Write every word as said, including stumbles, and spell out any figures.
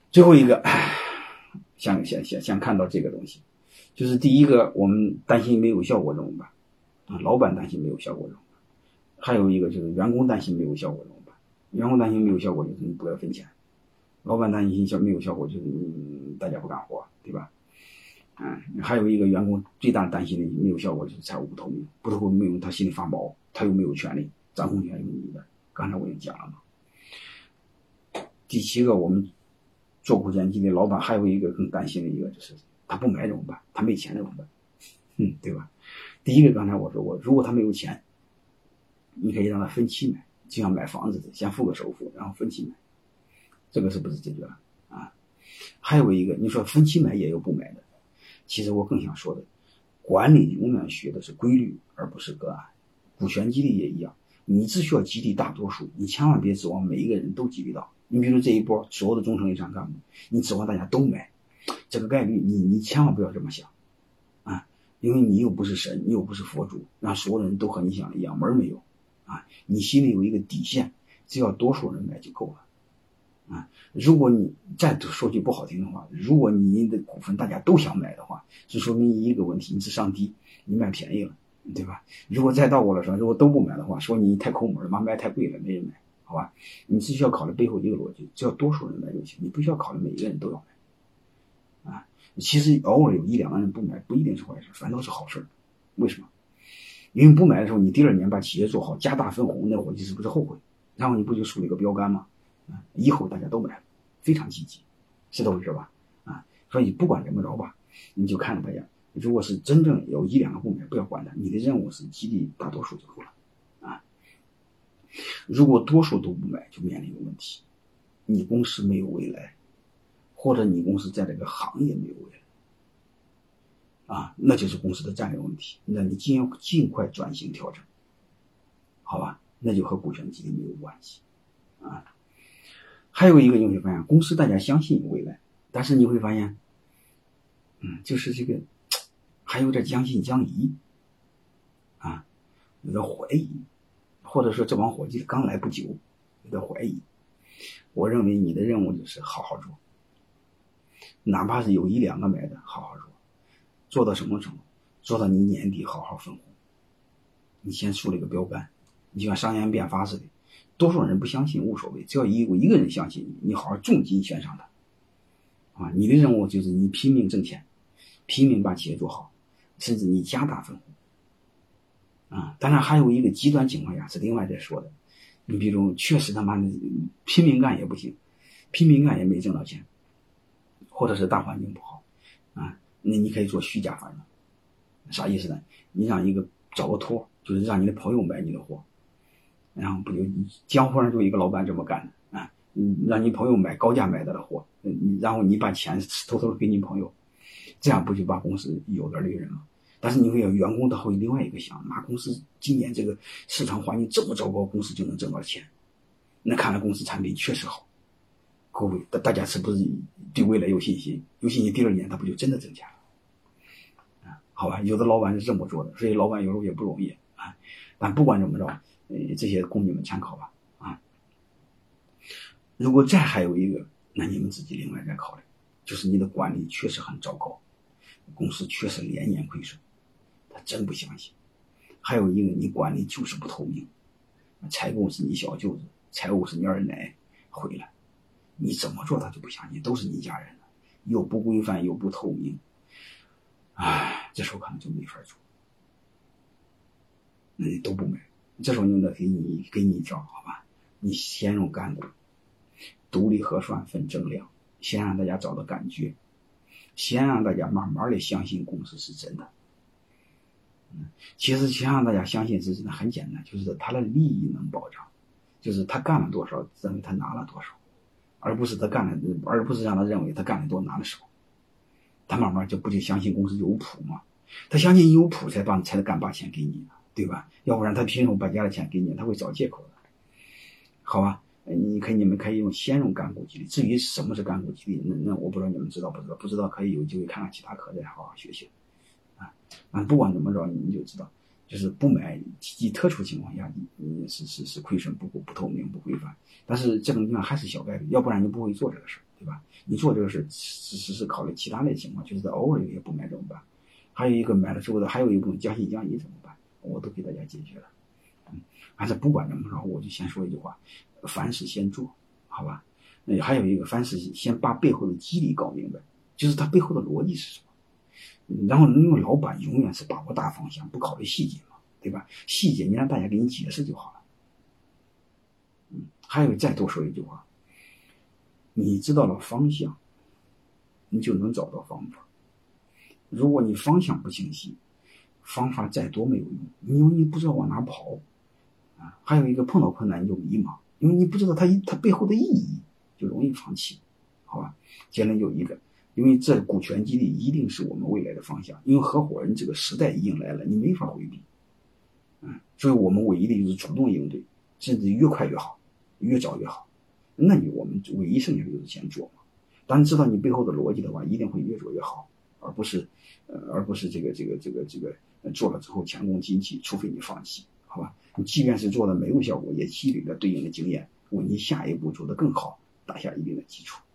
最后一个，想想想想看到这个东西，就是第一个，我们担心没有效果怎么办？啊，老板担心没有效果怎么办？还有一个就是员工担心没有效果怎么办？员工担心没有效果就是你不该分钱，老板担心没有效果就是你大家不干活，对吧？嗯，还有一个员工最大担心的没有效果就是财务不透明，不透明他心里发毛，他又没有权利，掌控权有你的。刚才我已经讲了嘛。第七个，我们做股权激励，老板还有一个更担心的一个就是他不买怎么办？他没钱怎么办？嗯，对吧？第一个刚才我说过，如果他没有钱，你可以让他分期买，就像买房子的，先付个首付，然后分期买，这个是不是解决了啊？还有一个，你说分期买也有不买的，其实我更想说的，管理永远学的是规律，而不是个案。股权激励也一样，你只需要激励大多数，你千万别指望每一个人都激励到。你比如这一波所有的中层以上干部，你指望大家都买，这个概率你你千万不要这么想啊，因为你又不是神，你又不是佛祖，让所有的人都和你想的一样，门没有啊。你心里有一个底线，只要多数人买就够了啊。如果你再说句不好听的话，如果你的股份大家都想买的话，是说明一个问题，你智商低，你买便宜了，对吧？如果再倒过来说，如果都不买的话，说你太抠门了，妈卖太贵了，没人买。好吧，你只需要考虑背后一个逻辑，只要多数人买就行，你不需要考虑每一个人都要买啊。其实偶尔有一两个人不买不一定是坏事，反倒是好事。为什么？因为不买的时候，你第二年把企业做好，加大分红，那伙计是不是后悔？然后你不就树了一个标杆吗？啊，以后大家都买了，非常积极，是这回事吧？啊，所以不管怎么着吧，你就看着大家，如果是真正有一两个不买，不要管他，你的任务是激励大多数就够了。如果多数都不买，就面临一个问题，你公司没有未来，或者你公司在这个行业没有未来啊，那就是公司的战略问题，那你尽要尽快转型调整，好吧，那就和股权激励没有关系啊。还有一个你会发现，公司大家相信有未来，但是你会发现嗯，就是这个还有点将信将疑啊，有点怀疑，或者说这帮伙计刚来不久，有点怀疑。我认为你的任务就是好好做，哪怕是有一两个买的，好好做，做到什么程度？做到你年底好好分红。你先树了一个标杆，你就像商鞅变法似的，多数人不相信无所谓，只要有一个人相信你，你好好重金悬赏他啊！你的任务就是你拼命挣钱，拼命把企业做好，甚至你加大分红啊！当然还有一个极端情况下是另外再说的，你比如确实他妈的拼命干也不行，拼命干也没挣到钱，或者是大环境不好啊，那你可以做虚假繁荣。啥意思呢？你让一个找个托，就是让你的朋友买你的货，然后不就江湖上就一个老板这么干的啊，让你朋友买高价买到的货，然后你把钱偷偷给你朋友，这样不就把公司有点利润了？但是你会有员工他会另外一个想，妈公司今年这个市场环境这么糟糕，公司就能挣到钱，那看来公司产品确实好。各位大家是不是对未来有信心？有信心，第二年他不就真的挣钱了？好吧，有的老板是这么做的，所以老板有时候也不容易啊。但不管怎么着，呃，这些供你们参考吧啊。如果再还有一个，那你们自己另外再考虑，就是你的管理确实很糟糕，公司确实连年亏损，他真不相信。还有一个，你管理就是不透明，采购是你小舅子，财务是你二奶，毁了，你怎么做他就不相信，都是你家人了，又不规范又不透明。唉，这时候可能就没法做，那你都不买。这时候你得给你给你一招，好吧？你先用干股，独立核算分增量，先让大家找到感觉，先让大家慢慢的相信公司是真的。嗯，其实先让大家相信是真的很简单，就是他的利益能保障，就是他干了多少，认为他拿了多少，而不是他干了，而不是让他认为他干的多拿的少。他慢慢就不就相信公司有谱吗？他相信有谱才把才敢把钱给你，对吧？要不然他凭什么把家的钱给你？他会找借口的，好吧？你可以你们可以用先用干股激励。至于什么是干股激励，那那我不知道你们知道不知道？不知道可以有机会看看其他课再好好学学啊。啊，不管怎么着，你们就知道，就是不买极特殊情况下，你是是是亏损不不透明不规范，但是这种情况还是小概率，要不然你不会做这个事儿。 对吧？你做这个事只是是考虑其他类情况，就是在偶尔有些不买怎么办？还有一个买了之后的，还有一部分将信将疑怎么办？我都给大家解决了。嗯，还是不管怎么着，我就先说一句话：凡事先做，好吧？那还有一个，凡事先把背后的机理搞明白，就是它背后的逻辑是什么。然后，因为老板永远是把握大方向，不考虑细节嘛，对吧？细节你让大家给你解释就好了。嗯，还有再多说一句话，你知道了方向，你就能找到方法。如果你方向不清晰，方法再多没有用，因为你不知道往哪跑啊。还有一个碰到困难你就迷茫，因为你不知道它它背后的意义，就容易放弃，好吧？结论就一个，因为这股权激励一定是我们未来的方向，因为合伙人这个时代已经来了，你没法回避。嗯，所以我们唯一的就是主动应对，甚至越快越好，越早越好。那你我们唯一剩下的就是先做嘛。当你知道你背后的逻辑的话，一定会越做越好，而不是呃，而不是这个这个这个这个做了之后前功尽弃，除非你放弃，好吧？你即便是做的没有效果，也积累了对应的经验，为你下一步做得更好打下一定的基础。